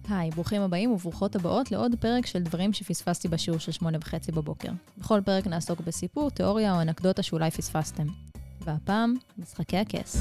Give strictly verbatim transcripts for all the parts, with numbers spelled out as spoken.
היי, ברוכים הבאים וברוכות הבאות לעוד פרק של דברים שפספסתי בשיעור של שמונה וחצי בבוקר. בכל פרק נעסוק בסיפור, תיאוריה או אנקדוטה שאולי פספסתם. והפעם, משחקי הכס.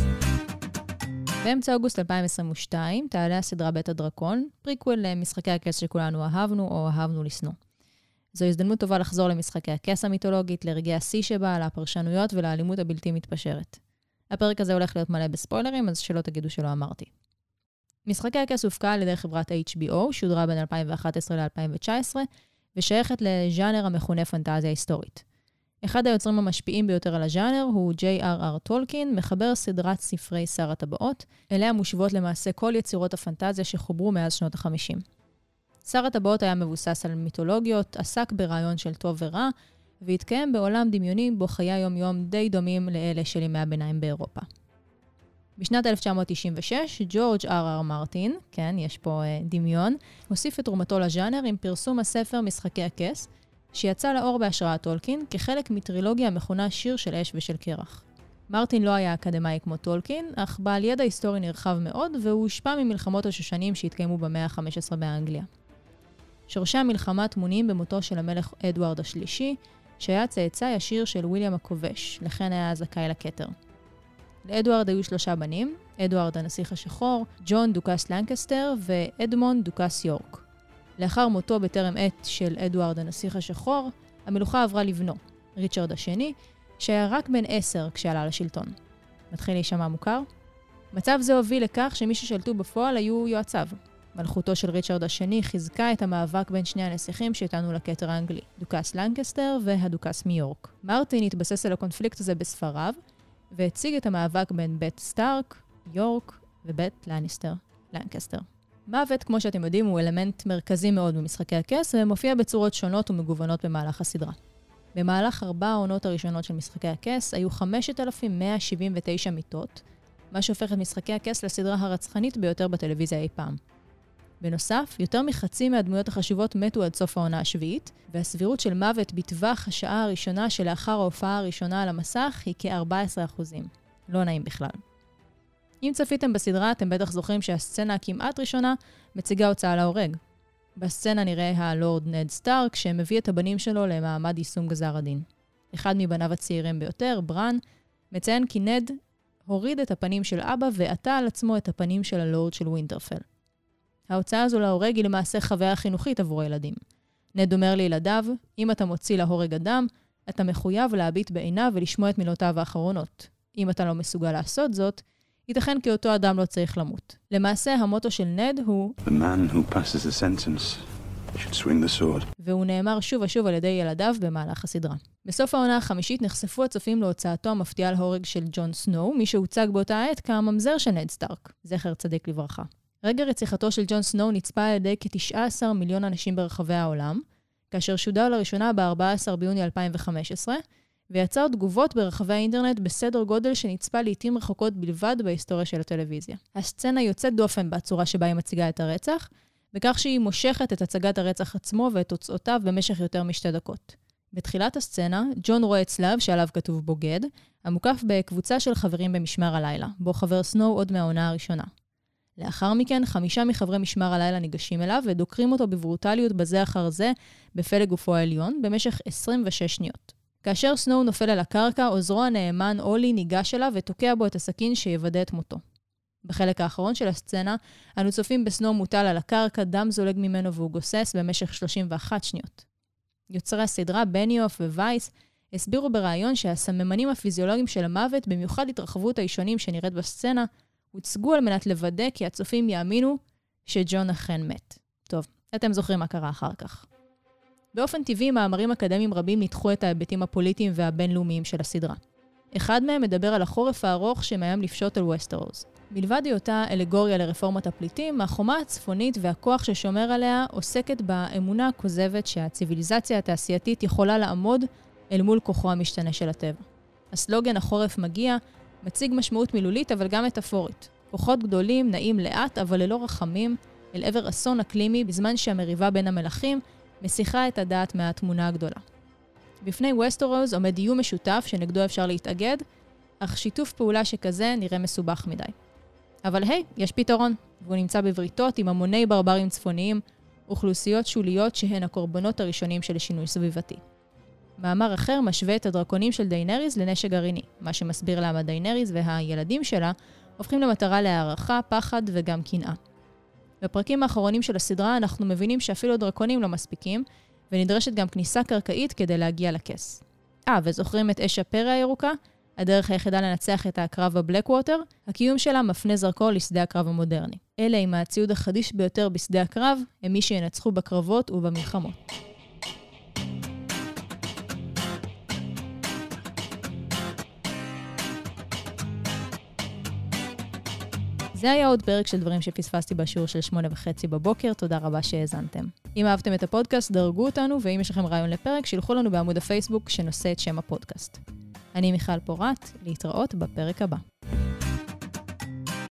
באמצע אוגוסט אלפיים עשרים ושתיים תעלה הסדרה בית הדרקון, פריקוול למשחקי הכס שכולנו אהבנו או אהבנו לשנוא. זו הזדמנות טובה לחזור למשחקי הכס המיתולוגית, לרגעי השיא שבה, לפרשנויות ולאלימות הבלתי מתפשרת. הפרק הזה הולך להיות מלא בספוילרים, אז שלא תגידו שלא אמרתי. משחקי הכס הופקה על ידי חברת אייץ' בי או, שודרה בין אלפיים ואחת עשרה ל-אלפיים תשע עשרה, ושייכת לז'אנר המכונה פנטזיה היסטורית. אחד היוצרים המשפיעים ביותר על הז'אנר הוא ג'יי אר אר טולקין, מחבר סדרת ספרי שר הטבעות, אליה מושוות למעשה כל יצירות הפנטזיה שחוברו מאז שנות ה-חמישים. שר הטבעות היה מבוסס על מיתולוגיות, עסק ברעיון של טוב ורע, והתקיים בעולם דמיוני בו חיי היום-יום די דומים לאלה של ימי הביניים באירופה. בשנת אלף תשע מאות תשעים ושש, ג'ורג' אר אר מרטין, כן, יש פה אה, דמיון, הוסיף את תרומתו לז'אנר עם פרסום הספר משחקי הכס, שיצא לאור בהשראת טולקין כחלק מטרילוגיה המכונה שיר של אש ושל קרח. מרטין לא היה אקדמאי כמו טולקין, אך בעל ידע היסטורי נרחב מאוד, והוא הושפע ממלחמות השושנים שהתקיימו במאה ה-חמש עשרה באנגליה. שורשי המלחמה טמונים במותו של המלך אדוארד השלישי, שהיה צאצא ישיר של וויליאם הכובש, לכן היה זכאי לכתר. לאדוארד היו שלושה בנים, אדוארד הנסיך השחור, ג'ון דוכס לנקסטר ואדמונד דוכס יורק. לאחר מותו בטרם עת של אדוארד הנסיך השחור, המלוכה עברה לבנו, ריצ'רד השני, שהיה רק בן עשר כשעלה לשלטון. מתחיל להישמע מוכר? מצב זה הוביל לכך שמי ששלטו בפועל היו יועציו. מלכותו של ריצ'רד השני חיזקה את המאבק בין שני הנסיכים שהטענו לכתר האנגלי, דוכס לנקסטר והדוכס מיורק. מרטין התבסס על הקונפליקט הזה בספריו, והציג את המאבק בין בית סטארק, יורק ובית לניסטר, לנקסטר. מוות, כמו שאתם יודעים, הוא אלמנט מרכזי מאוד במשחקי הכס, ומופיע בצורות שונות ומגוונות במהלך הסדרה. במהלך ארבע העונות הראשונות של משחקי הכס, היו חמשת אלפים מאה שבעים ותשע מיתות, מה שהופך את משחקי הכס לסדרה הרצחנית ביותר בטלוויזיה אי פעם. בנוסף, יותר מחצי מהדמויות החשובות מתו עד סוף העונה השביעית, והסבירות של מוות בטווח השעה הראשונה שלאחר ההופעה הראשונה על המסך היא כ-ארבעה עשר אחוזים. לא נעים בכלל. אם צפיתם בסדרה, אתם בטח זוכרים שהסצנה הכמעט ראשונה מציגה הוצאה להורג. בסצנה נראה הלורד נד סטארק שמביא את הבנים שלו למעמד יישום גזר הדין. אחד מבניו הצעירים ביותר, ברן, מציין כי נד הוריד את הפנים של אבא ועטה על עצמו את הפנים של הלורד של ווינטרפל. ההוצאה הזו להורג היא למעשה חוויה חינוכית עבור הילדים. נד אומר לילדיו, אם אתה מוציא להורג אדם, אתה מחויב להביט בעיניו ולשמוע את מילותיו האחרונות. אם אתה לא מסוגל לעשות זאת, ייתכן כי אותו אדם לא צריך למות. למעשה, המוטו של נד הוא The man who passes the sentence should swing the sword. והוא נאמר שוב ושוב על ידי ילדיו במהלך הסדרה. בסוף העונה החמישית נחשפו הצופים להוצאתו המפתיעה להורג של ג'ון סנואו, מי שהוצג באותה עת כממזר של נד סטארק, זכר צדיק לברכה. רגע רציחתו של ג'ון סנואו נצפה על ידי כ-תשעה עשר מיליון אנשים ברחבי העולם, כאשר שודר לראשונה ב-ארבעה עשר ביוני אלפיים וחמש עשרה, ויצר תגובות ברחבי האינטרנט בסדר גודל שנצפה לעתים רחוקות בלבד בהיסטוריה של הטלוויזיה. הסצנה יוצאת דופן בצורה שבה היא מציגה את הרצח, בכך שהיא מושכת את הצגת הרצח עצמו ואת תוצאותיו במשך יותר משתי דקות. בתחילת הסצנה, ג'ון רואה צלב שעליו כתוב בוגד, המוקף בקבוצה של חברים במשמר הלילה, בו חבר סנואו עוד מהעונה הראשונה. לאחר מכן, חמישה מחברי משמר הלילה ניגשים אליו ודוקרים אותו בברוטליות בזה אחר זה בפלג גופו העליון במשך עשרים ושש שניות. כאשר סנואו נופל על הקרקע, עוזרו הנאמן אולי ניגש אליו ותוקע בו את הסכין שיוודא את מותו. בחלק האחרון של הסצנה, אנו צופים בסנואו מוטל על הקרקע, דם זולג ממנו והוא גוסס במשך שלושים ואחת שניות. יוצרי הסדרה, בניוף ווייס, הסבירו ברעיון שהסממנים הפיזיולוגיים של המוות, במיוחד התרחבות האישונים שנראית בסצנה, הוצגו על מנת לוודא כי הצופים יאמינו שג'ון אכן מת. טוב, אתם זוכרים מה קרה אחר כך. באופן טבעי, מאמרים אקדמיים רבים ניתחו את ההיבטים הפוליטיים והבינלאומיים של הסדרה. אחד מהם מדבר על החורף הארוך שמאיים לפשוט על ווסטרוס. מלבד היותה אלגוריה לרפורמת הפליטים, החומה הצפונית והכוח ששומר עליה עוסקת באמונה הכוזבת שהציביליזציה התעשייתית יכולה לעמוד אל מול כוחו המשתנה של הטבע. הסלוגן החורף מגיע מציג משמעות מילולית אבל גם מטאפורית. כוחות גדולים נעים לאט אבל ללא רחמים אל עבר אסון אקלימי בזמן שהמריבה בין המלכים מסיחה את הדעת מהתמונה הגדולה. בפני ווסטרוס עומד איום משותף שנגדו אפשר להתאגד, אך שיתוף פעולה שכזה נראה מסובך מדי. אבל היי, יש פתרון, והוא נמצא בבריתות עם המוני ברברים צפוניים, אוכלוסיות שוליות שהן הקורבנות הראשונים של שינוי סביבתי. מאמר אחר משווה את הדרקונים של דיינריס לנשק גרעיני, מה שמסביר למה דיינריס והילדים שלה הופכים למטרה להערכה, פחד וגם קנאה. בפרקים האחרונים של הסדרה אנחנו מבינים שאפילו דרקונים לא מספיקים, ונדרשת גם כניסה קרקעית כדי להגיע לכס. אה, וזוכרים את אש הפרא הירוקה? הדרך היחידה לנצח את הקרב בבלקווטר? הקיום שלה מפנה זרקור לשדה הקרב המודרני. אלה עם הציוד החדיש ביותר בשדה הקרב, הם מי שינצחו בקרבות ובמלחמות. זה היה עוד פרק של דברים שפספסתי בשיעור של שמונה וחצי בבוקר, תודה רבה שהאזנתם. אם אהבתם את הפודקאסט, דרגו אותנו, ואם יש לכם רעיון לפרק, שילחו לנו בעמוד הפייסבוק שנושא את שם הפודקאסט. אני מיכל פורט, להתראות בפרק הבא.